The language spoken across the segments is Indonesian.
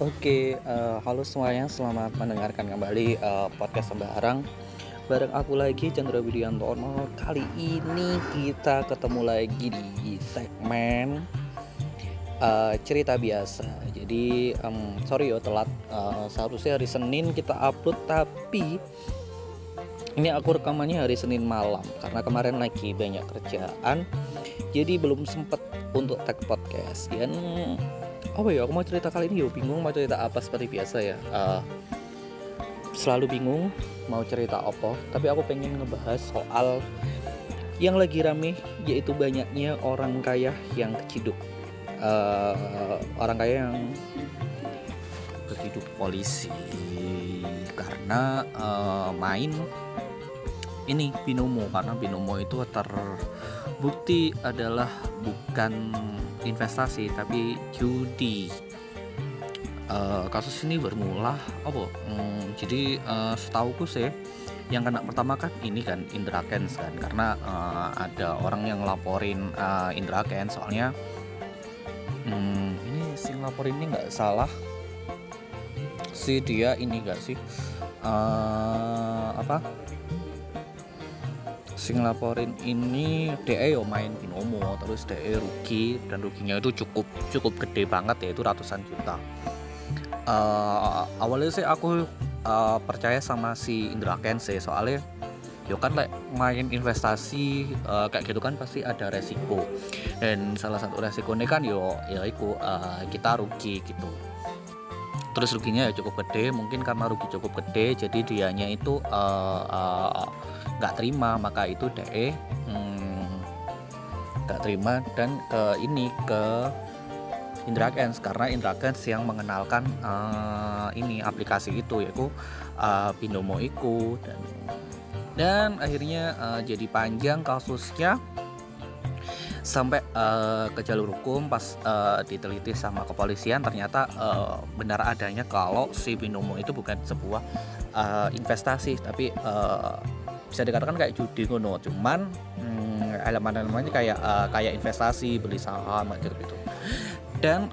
Oke, halo semuanya, selamat mendengarkan kembali podcast Sembarang. Bareng aku lagi Chandra Widiantono. Kali ini kita ketemu lagi di segmen cerita biasa. Jadi sorry yo telat. Seharusnya hari Senin kita upload, tapi ini aku rekamannya hari Senin malam karena kemarin lagi banyak kerjaan. Jadi belum sempet untuk tag podcast. Dan apa ya, aku mau cerita kali ini bingung mau cerita apa. Seperti biasa ya, selalu bingung mau cerita apa, tapi aku pengen ngebahas soal yang lagi rame, yaitu banyaknya orang kaya yang keciduk. Orang kaya yang keciduk polisi karena main ini binomo, karena binomo itu terbukti adalah bukan investasi tapi judi. Kasus ini bermula apa? Jadi setauku sih yang kena pertama kan ini kan Indra Kents kan, karena ada orang yang laporin Indra Kents. Soalnya ini si laporin ini nggak salah si dia ini nggak sih apa sing laporin ini DE yo main binomo, terus DE rugi, dan ruginya itu cukup gede banget, yaitu ratusan juta. Awalnya sih aku percaya sama si Indra Kents sih, soalnya yo kan main investasi kayak gitu kan pasti ada resiko, dan salah satu resikonya kan ya iku kita rugi gitu. Terus ruginya ya cukup gede, mungkin karena rugi cukup gede jadi dianya itu nggak terima, maka itu DE nggak terima dan ke Indra Kents, karena Indra Kents yang mengenalkan ini aplikasi itu, yaitu binomo iku, dan akhirnya jadi panjang kasusnya sampai ke jalur hukum. Pas diteliti sama kepolisian, ternyata benar adanya kalau si binomo itu bukan sebuah investasi, tapi bisa dikatakan kayak judi ngono, cuman elemen-elemennya kayak investasi, beli saham gitu. Dan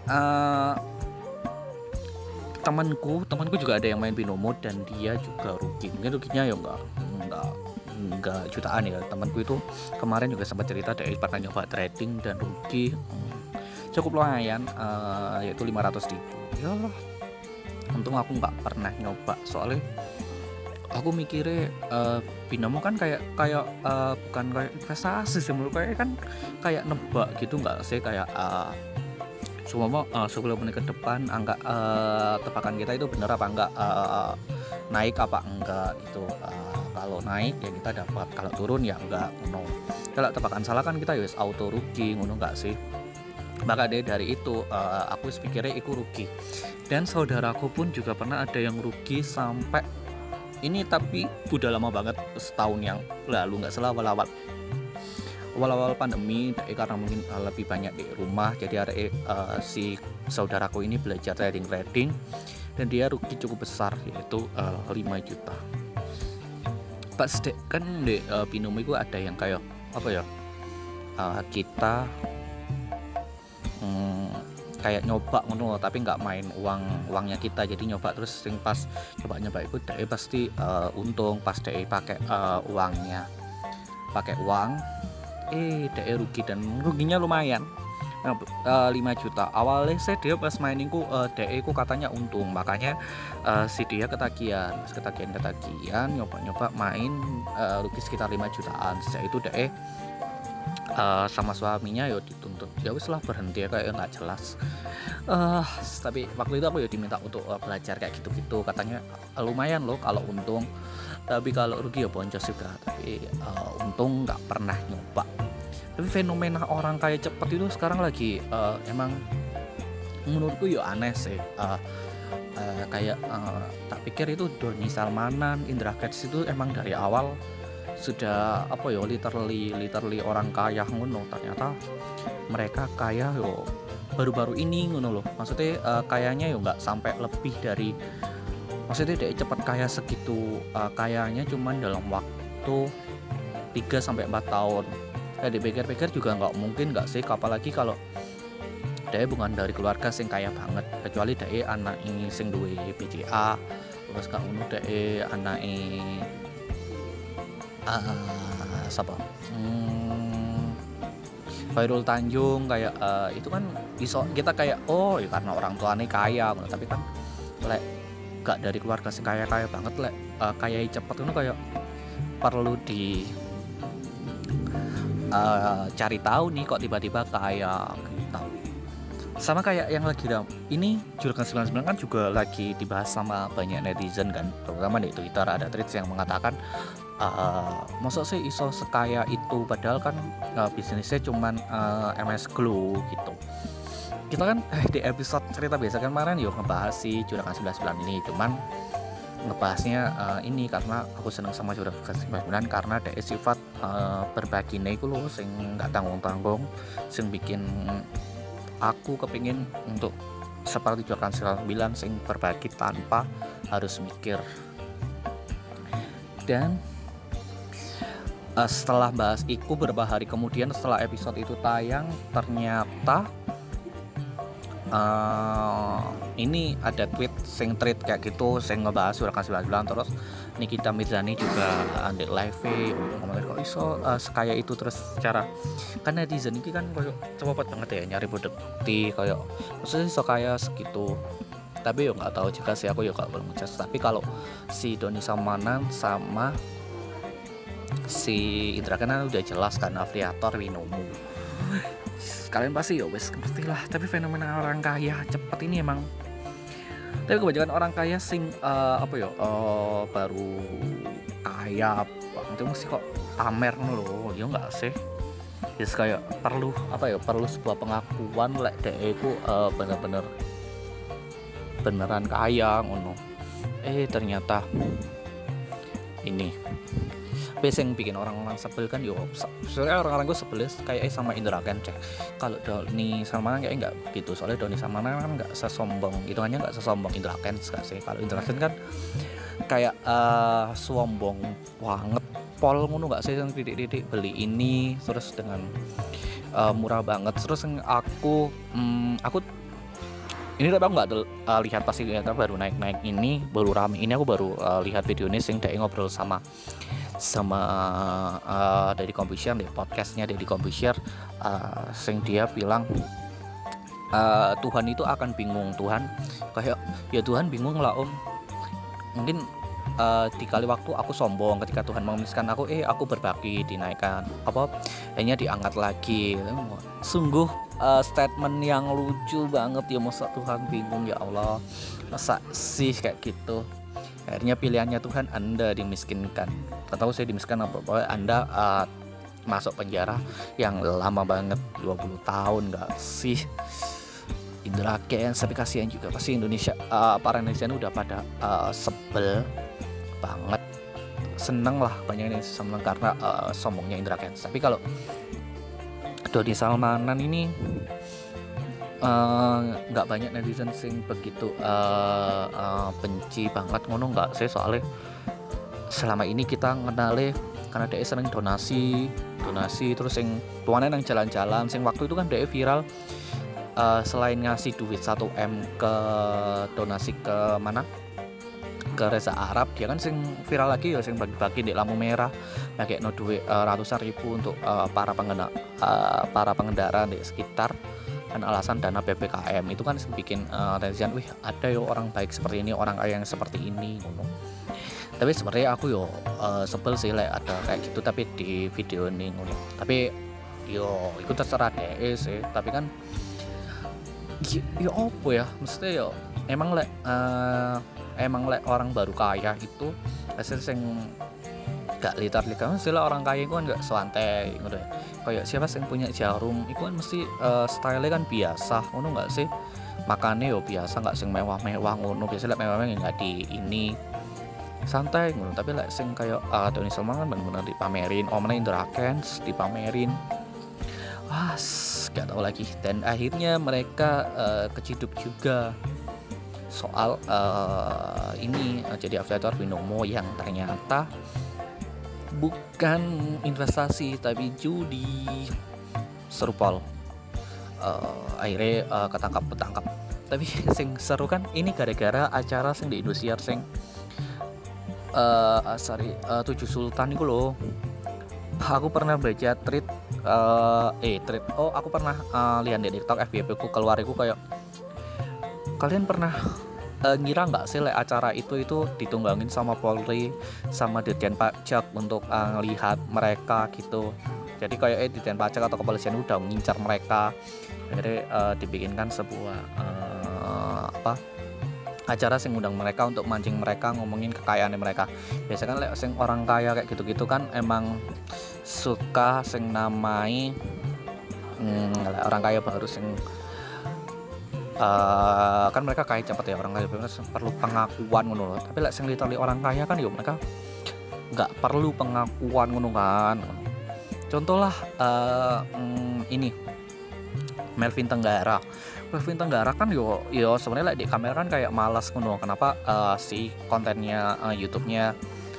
temanku juga ada yang main binomo dan dia juga rugi. Mungkin ruginya ya enggak jutaan ya. Temanku itu kemarin juga sempat cerita dia pernah nyoba trading dan rugi cukup lumayan, yaitu 500.000. Ya Allah, untung aku nggak pernah nyoba, soalnya aku mikirnya binomo kan kayak bukan kayak investasi sih, menurut kayak nebak gitu nggak sih, kayak semua 10 menit ke depan angka tebakan kita itu benar apa enggak, naik apa enggak gitu. Kalau naik ya kita dapat, kalau turun ya enggak ngono. Kalau tebakan salah kan kita ya auto rugi ngono enggak sih. Maka dari itu aku pikirnya itu rugi. Dan saudaraku pun juga pernah ada yang rugi sampai ini, tapi udah lama banget, setahun yang lalu nggak salah, awal-awal pandemi, karena mungkin lebih banyak di rumah, jadi ada si saudaraku ini belajar trading dan dia rugi cukup besar, yaitu 5 juta. Pas kan di binomo itu ada yang kayak apa ya, kita kayak nyoba ngono, tapi nggak main uangnya kita, jadi nyoba terus sing pas nyoba itu DE pasti untung. Pas DE pakai uangnya, pakai uang DE rugi, dan ruginya lumayan, 5 juta. Awalnya saya dia pas maininku DE ku katanya untung, makanya si dia ketagihan nyoba main, rugi sekitar 5 jutaan. Sejak itu DE sama suaminya yo dituntut, ya wis lah berhenti ya, kayak nggak jelas. Tapi waktu itu aku ya diminta untuk belajar kayak gitu-gitu, katanya lumayan loh kalau untung, tapi kalau rugi ya boncos juga. Tapi untung nggak pernah nyoba. Tapi fenomena orang kaya cepet itu sekarang lagi emang menurutku ya aneh sih. Kayak tak pikir itu Doni Salmanan, Indra Kents itu emang dari awal sudah apa ya, literally orang kaya ngono. Ternyata mereka kaya yo baru-baru ini ngono loh. Maksudnya kayanya yo nggak sampai lebih dari, maksudnya dia cepat kaya segitu, kayanya cuman dalam waktu 3-4 tahun. Dipikir-pikir juga nggak mungkin nggak sih, apalagi kalau dia bukan dari keluarga sing kaya banget, kecuali dia anak sing duwe BCA. Terus gak ngono dia anak siapa? Khairul Tanjung kayak itu kan iso kita kayak oh ya karena orang tuanya kaya, tapi kan lek gak dari keluarga sing kaya banget, lek kaya cepet itu kayak perlu di cari tahu nih kok tiba-tiba kaya gitu. Sama kayak yang lagi ini Juragan 99 kan juga lagi dibahas sama banyak netizen kan, terutama di Twitter ada tweets yang mengatakan masa sih iso sekaya itu padahal kan bisnisnya cuman MS Glow gitu. Kita kan di episode cerita biasa kan kemarin yuk ngebahas si Juragan 99 ini, cuman ngebahasnya ini karena aku seneng sama Juragan 99 karena ada sifat berbagi iku lho sing gak tanggung-tanggung, sing bikin aku kepingin untuk seperti Juragan 99 sing berbagi tanpa harus mikir. Dan setelah bahas iku beberapa hari kemudian setelah episode itu tayang, ternyata ini ada tweet kayak gitu sing ngebahas Juragan 99. Terus Nikita Mirzani juga andek live ngomongin kok iso sekaya itu, terus secara kan netizen ini kan koyo cepet banget ya nyari bukti koyo maksudnya iso kaya segitu. Tapi yo nggak tahu juga sih, aku yo gak belum ngecas. Tapi kalau si Doni Salmanan sama si Indra kan udah jelas kan afiliator Binomo. Kalian pasti ya wes ngerti lah. Tapi fenomena orang kaya cepet ini emang, tapi kebanyakan orang kaya sing baru kaya itu mesti kok pamer loh, ya enggak sih? Yes, kayak perlu sebuah pengakuan lek dek iku beneran kaya ngono. Ternyata ini yang bikin orang-orang sebel kan yo sebenarnya orang-orang gue sebel kayak sama Indra Kents. Kalau Doni Salmanan kayak enggak gitu, soalnya Doni Salmanan kan enggak sesombong, hitungannya enggak sesombong Indra Kents gak sih. Kalau Indra Kents kan kayak sombong banget pol ngono gak sih, yang titik-titik beli ini terus dengan murah banget. Terus yang aku ini tapi aku nggak lihat pasti ternyata baru naik ini baru rame ini, aku baru lihat video ini sing dia ngobrol sama dari Computer di podcastnya dari Computer, sing dia bilang Tuhan itu akan bingung. Tuhan kayak ya Tuhan bingung lah om, mungkin dikali waktu aku sombong ketika Tuhan memiskan aku berbagi dinaikkan hanya diangkat lagi. Sungguh statement yang lucu banget ya, masa Tuhan bingung, ya Allah masa sih kayak gitu. Akhirnya pilihannya Tuhan, Anda dimiskinkan. Gak tahu saya dimiskinkan apa, pokoknya Anda masuk penjara yang lama banget 20 tahun gak sih. Indra Kents, tapi kasihan juga pasti Indonesia, para Indonesia udah pada sebel banget. Seneng lah banyak yang seneng karena sombongnya Indra Kents. Tapi kalau Doni Salmanan ini nggak banyak netizen sing begitu benci banget ngono nggak sih, soalnya selama ini kita ngenale karena dia sering donasi terus sing tuanen yang jalan-jalan sing waktu itu kan dia viral, selain ngasih duit 1M ke donasi ke mana ke Reza Arab, dia kan sing viral lagi ya sing bagi-bagi di lampu merah pakai no duit ratusan ribu untuk para pengendara di sekitar, dan alasan dana PPKM. Itu kan bikin netizen, wih ada yo orang baik seperti ini, orang kaya yang seperti ini ngono. Tapi sebenarnya aku yo sebel sih ada kayak gitu tapi di video ini ngono. Tapi yo itu terserah deh sih, tapi kan yo apa ya, maksudnya yo emang orang baru kaya itu hasil sing gak litar-litar. Mestilah orang kaya itu kan gak selantai ngono. Kayak siapa yang punya jarum itu kan mesti style-nya kan biasa ngono gak sih, makannya yo biasa gak sing mewah-mewah ngono. Biasanya mewah-mewah gak di ini santai ngono. Tapi sing kayak Doni Salmanan kan bener-bener dipamerin, omnya Indra Kents dipamerin, gak tahu lagi. Dan akhirnya mereka keciduk juga soal ini jadi afiliator Binomo yang ternyata bukan investasi tapi judi. Seru pol. akhirnya ketangkap. Tapi sing seru kan ini gara-gara acara sing di Indosiar sing Tujuh Sultan itu loh. Aku pernah baca tweet, aku pernah lihat di TikTok FYP ku keluar iku kayak, kalian pernah ngira nggak sih acara itu ditunggangin sama Polri sama Dirjen Pajak untuk ngelihat mereka gitu. Jadi kayak Dirjen Pajak atau kepolisian udah ngincar mereka. Akhirnya dibikinkan sebuah acara sing ngundang mereka untuk mancing mereka ngomongin kekayaan mereka. Biasanya kan sing orang kaya kayak gitu-gitu kan emang suka sing namai orang kaya baru sing kan mereka kaya cepet ya, orang kaya perlu pengakuan ngono loh. Tapi sing literally orang kaya kan yo mereka nggak perlu pengakuan ngono kan. Contoh lah ini Melvin Tenggara kan yo sebenarnya di kamera kan kayak malas ngono. Kenapa si kontennya YouTube-nya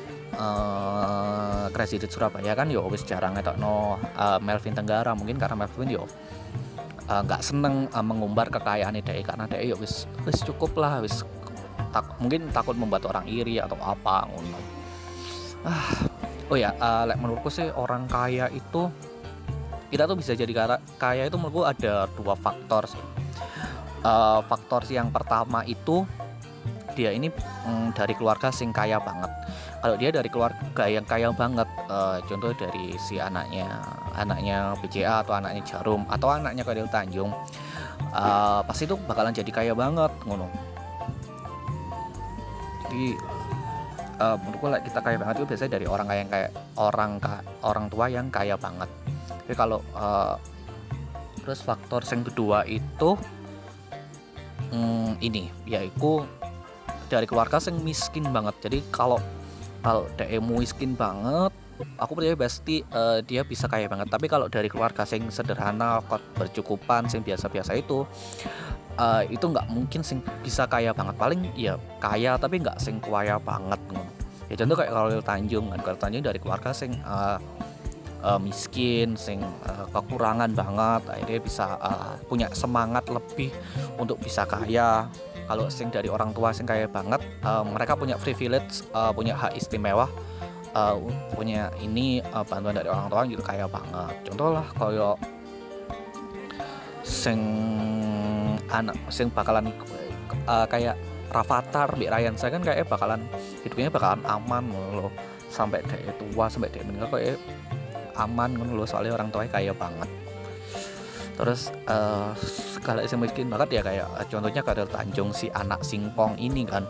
Crazy Rich Surabaya kan yo wis jarang ngetokno Melvin Tenggara, mungkin karena Melvin yo nggak seneng mengumbar kekayaannya dia, karena dia yo wis cukup lah, mungkin takut membuat orang iri atau apa ngono. Menurutku sih orang kaya itu, kita tuh bisa jadi kaya itu menurutku ada dua faktor sih. Faktor yang pertama itu dia ini dari keluarga sing kaya banget. Kalau dia dari keluarga yang kaya banget, contoh dari si anaknya BCA atau anaknya Jarum atau anaknya Khairil Tanjung, pasti itu bakalan jadi kaya banget ngono. Jadi menurutku kita kaya banget itu biasanya dari orang kaya yang kayak orang tua yang kaya banget. Jadi kalau terus faktor yang kedua itu ini yaitu dari keluarga yang miskin banget. Jadi kalau dia miskin banget, aku percaya pasti dia bisa kaya banget. Tapi kalau dari keluarga yang sederhana, bercukupan, yang biasa-biasa itu nggak mungkin sing bisa kaya banget. Paling ya kaya tapi nggak sing kaya banget. Ya contoh kayak Khairil Tanjung kan, Khairil Tanjung dari keluarga sing miskin, sing kekurangan banget, akhirnya bisa punya semangat lebih untuk bisa kaya. Kalau sing dari orang tua sing kaya banget, mereka punya privilege, punya hak istimewa, punya ini bantuan dari orang tua gitu, kaya banget. Contoh lah kayak sing bakalan kayak Rafathar, Mbak Ryan saya kan kayak bakalan hidupnya bakalan aman loh, sampai dia tua, sampai dia meninggal kayak aman ngono loh, soalnya orang tuanya kaya banget. Terus kalau yang miskin banget ya kayak contohnya Khairil Tanjung, si anak singkong ini kan.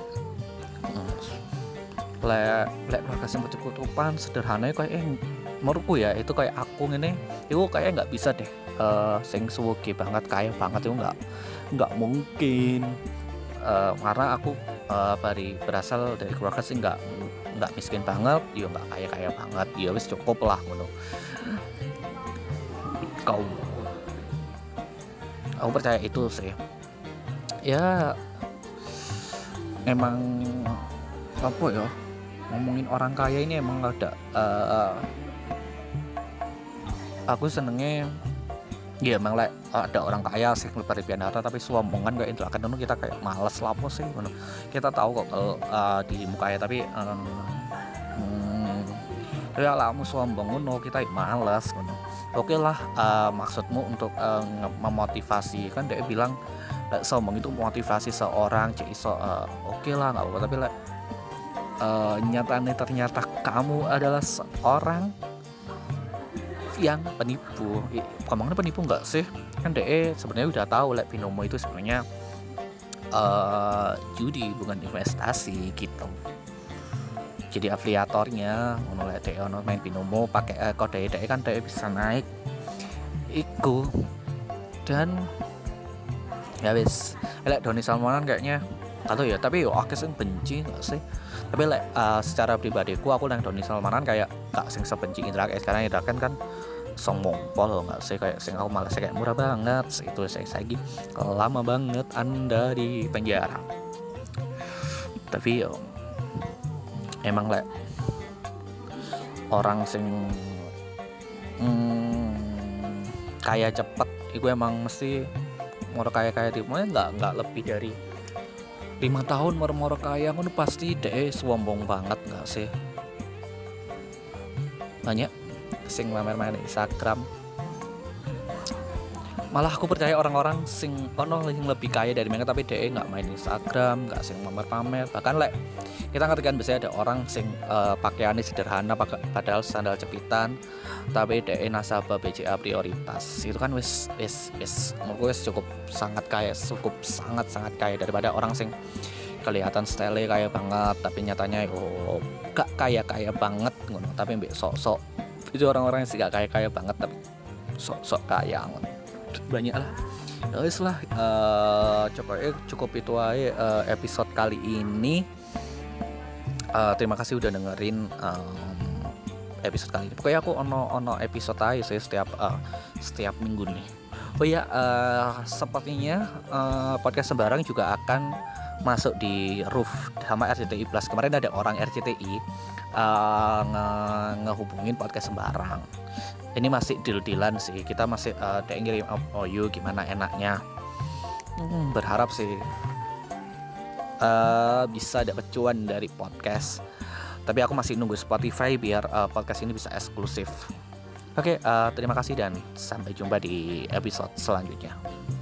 Keluarga yang berkecukupan sederhana kayak menurutku ya itu kayak aku ini itu kayak nggak bisa deh sing suwege banget kaya banget itu nggak mungkin. Karena aku berasal dari keluarga sih nggak miskin banget, ya nggak kaya banget, ya wis cukup lah ngono. Aku percaya itu sih. Ya emang apa ya, ngomongin orang kaya ini emang ada aku senengnya ya emang ada orang kaya sih berlebihan harta tapi sombongan kayak itu akan kita kayak males lapo sih ngono. Kita tahu kok kalau dirimu kaya tapi ya lamu sombong ngono, kita males ngono. Oke lah, maksudmu untuk memotivasi, kan dia bilang sombong itu motivasi seorang jadi oke lah nggak apa-apa, tapi nyatanya ternyata kamu adalah seorang yang penipu. Ngomongnya penipu nggak sih? Kan DE sebenarnya udah tahu binomo itu sebenarnya judi bukan investasi gitu. Jadi afiliatornya mulai DE main binomo pakai kode DE kan DE bisa naik iku. Dan ya wis Doni Salmanan kayaknya atau ya, tapi yo akeh sing benci nggak sih? Tapi secara pribadiku aku yang Doni Salmanan kayak gak sing sebenci Indra KS, karena Indra kan song mompol nggak sih, kayak sing aku malah kayak murah banget itu saya lagi lama banget Anda di penjara. Tapi yo emang orang sing kaya cepet iku emang mesti moro kaya-kaya timnya nggak lebih dari 5 tahun moro-moro kaya ngono pasti deh sombong banget nggak sih. Banyak sing main-main Instagram, malah aku percaya orang-orang sing ono yang lebih kaya dari mereka tapi dia nggak main Instagram, nggak sing pamer-pamer. Bahkan kita ngerti kan biasanya ada orang sing pakaiannya sederhana padahal sandal jepitan tapi dia nasabah BCA prioritas. Itu kan wis menurutku wis cukup sangat kaya daripada orang sing kelihatan style kaya banget tapi nyatanya gak kaya banget ngono tapi mbek sok-sok. Itu orang-orang yang sih gak kaya banget tapi sok-sok kaya ngono. Banyak lah. Ya wis lah, cukup itu aja episode kali ini. Terima kasih udah dengerin episode kali ini. Pokoknya aku ono episode aja sih setiap minggu nih. Oh ya, sepertinya podcast sembarang juga akan masuk di Roof sama RCTI Plus. Kemarin ada orang RCTI ngehubungin podcast sembarang. Ini masih deal-dealan sih. Kita masih ngirim OU gimana enaknya. Berharap sih bisa dapat cuan dari podcast. Tapi aku masih nunggu Spotify biar podcast ini bisa eksklusif. Oke, terima kasih dan sampai jumpa di episode selanjutnya.